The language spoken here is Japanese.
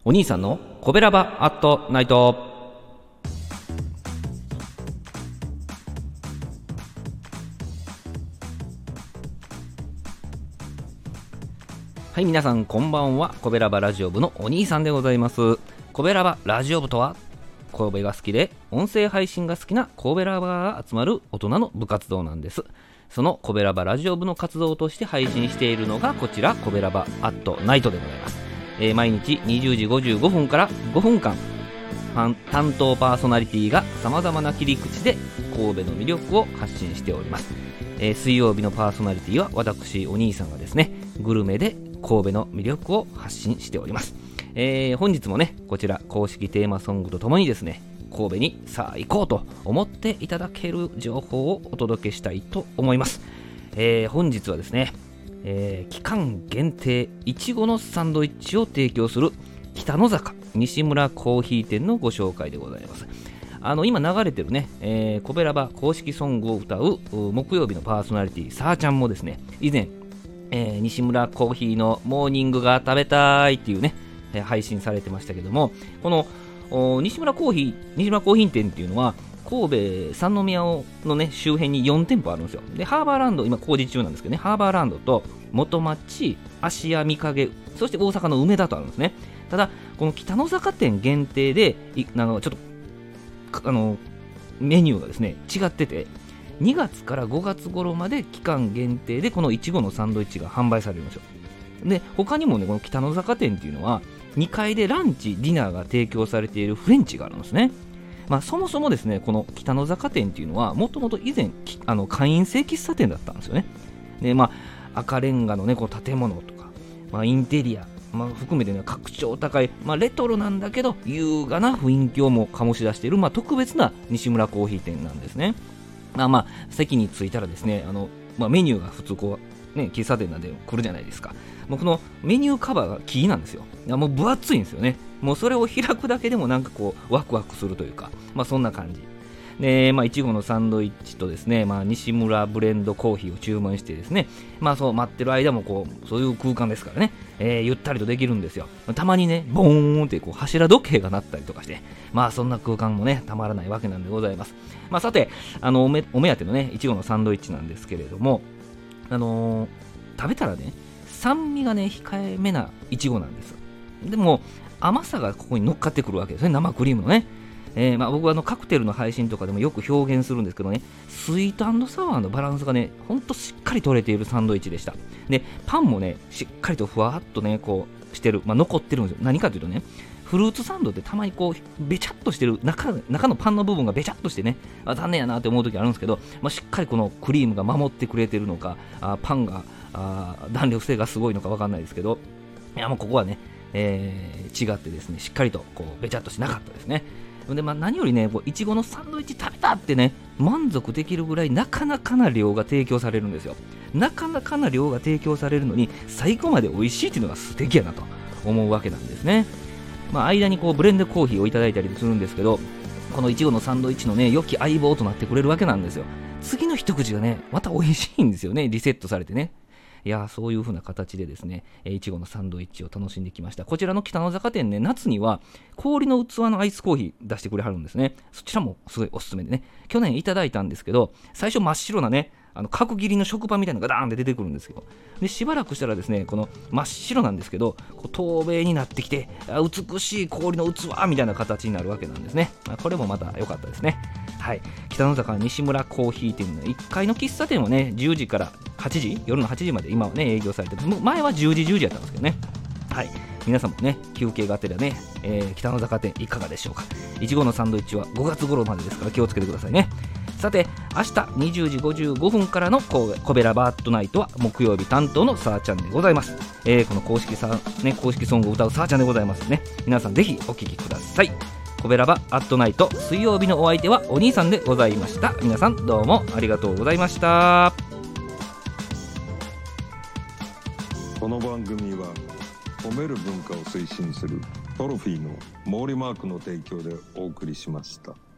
お兄さんのコベラバアットナイト。はい、皆さんこんばんは。コベラバラジオ部のお兄さんでございます。コベラバラジオ部とは、神戸が好きで音声配信が好きな神戸ラバーが集まる大人の部活動なんです。そのコベラバラジオ部の活動として配信しているのがこちら、コベラバアットナイトでございます。毎日20時55分から5分間担当パーソナリティがさまざまな切り口で神戸の魅力を発信しております。水曜日のパーソナリティは私お兄さんがですね、グルメで神戸の魅力を発信しております。本日もね、こちら公式テーマソングとともにですね、神戸にさあ行こうと思っていただける情報をお届けしたいと思います。本日はですね、期間限定いちごのサンドイッチを提供する北の坂西村コーヒー店のご紹介でございます。今流れてるね、コベラバ公式ソングを歌う木曜日のパーソナリティさあちゃんもですね、以前、西村コーヒーのモーニングが食べたいっていうね、配信されてましたけども、この西村コーヒー店っていうのは神戸三宮のね周辺に4店舗あるんですよ。でハーバーランド今工事中なんですけどね、ハーバーランドと元町、芦屋、御影、そして大阪の梅田とあるんですね。ただこの北の坂店限定でちょっとメニューがですね違ってて、2月から5月頃まで期間限定でこのいちごのサンドイッチが販売されるんですよ。で他にもね、この北の坂店っていうのは2階でランチディナーが提供されているフレンチがあるんですね。そもそもですね、この北の坂店っていうのはもともと以前会員制喫茶店だったんですよね。で赤レンガのねこの建物とか、インテリア、含めてね格調高い、レトロなんだけど優雅な雰囲気をも醸し出している、特別な西村コーヒー店なんですね。席に着いたらですね、メニューが普通喫茶店なんで来るじゃないですか。もうこのメニューカバーが木なんですよ。もう分厚いんですよね。もうそれを開くだけでもなんかワクワクするというか、そんな感じで、いちごのサンドイッチとですね、西村ブレンドコーヒーを注文してですね、そう待ってる間もそういう空間ですからね、ゆったりとできるんですよ。たまにねボーンって柱時計が鳴ったりとかして、そんな空間もねたまらないわけなんでございます。さてお目当てのねいちごのサンドイッチなんですけれども、食べたらね酸味がね控えめないちごなんです。でも甘さがここに乗っかってくるわけですね、生クリームのね。僕はカクテルの配信とかでもよく表現するんですけどね、スイート&サワーのバランスがねほんとしっかり取れているサンドイッチでした。でパンもねしっかりとふわっとねしてる、残ってるんですよ。何かというとね、フルーツサンドってたまにべちゃっとしてる中のパンの部分がべちゃっとしてね、残念やなって思う時あるんですけど、しっかりこのクリームが守ってくれてるのか、パンが弾力性がすごいのか分かんないですけど、もうここはね、違ってですね、しっかりとべちゃっとしなかったですね。で何よりねいちごのサンドイッチ食べたってね満足できるぐらいなかなかな量が提供されるんですよ。なかなかな量が提供されるのに最後まで美味しいっていうのが素敵やなと思うわけなんですね。間にブレンドコーヒーをいただいたりするんですけど、このいちごのサンドイッチのね良き相棒となってくれるわけなんですよ。次の一口がねまた美味しいんですよね、リセットされてね。いやそういう風な形でですね、いちごのサンドイッチを楽しんできました。こちらの北の坂店ね、夏には氷の器のアイスコーヒー出してくれはるんですね。そちらもすごいおすすめでね、去年いただいたんですけど、最初真っ白なね角切りの食パンみたいなのがダーンって出てくるんですよ。でしばらくしたらですね、この真っ白なんですけど透明になってきて美しい氷の器みたいな形になるわけなんですね。これもまた良かったですね。はい、北の坂西村コーヒー店の1階の喫茶店はね10時から8時、夜の8時まで今はね営業されて、前は10時やったんですけどね。はい、皆さんもね休憩がてらね、北の坂店いかがでしょうか。いちごのサンドイッチは5月頃までですから気をつけてくださいね。さて明日20時55分からのコベラバートナイトは木曜日担当のさーちゃんでございます。この公式ソングを歌うさーちゃんでございますね。皆さんぜひお聴きください。コベラバアットナイト水曜日のお相手はお兄さんでございました。皆さんどうもありがとうございました。 この番組は褒める文化を推進するトロフィーの毛利マークの提供でお送りしました。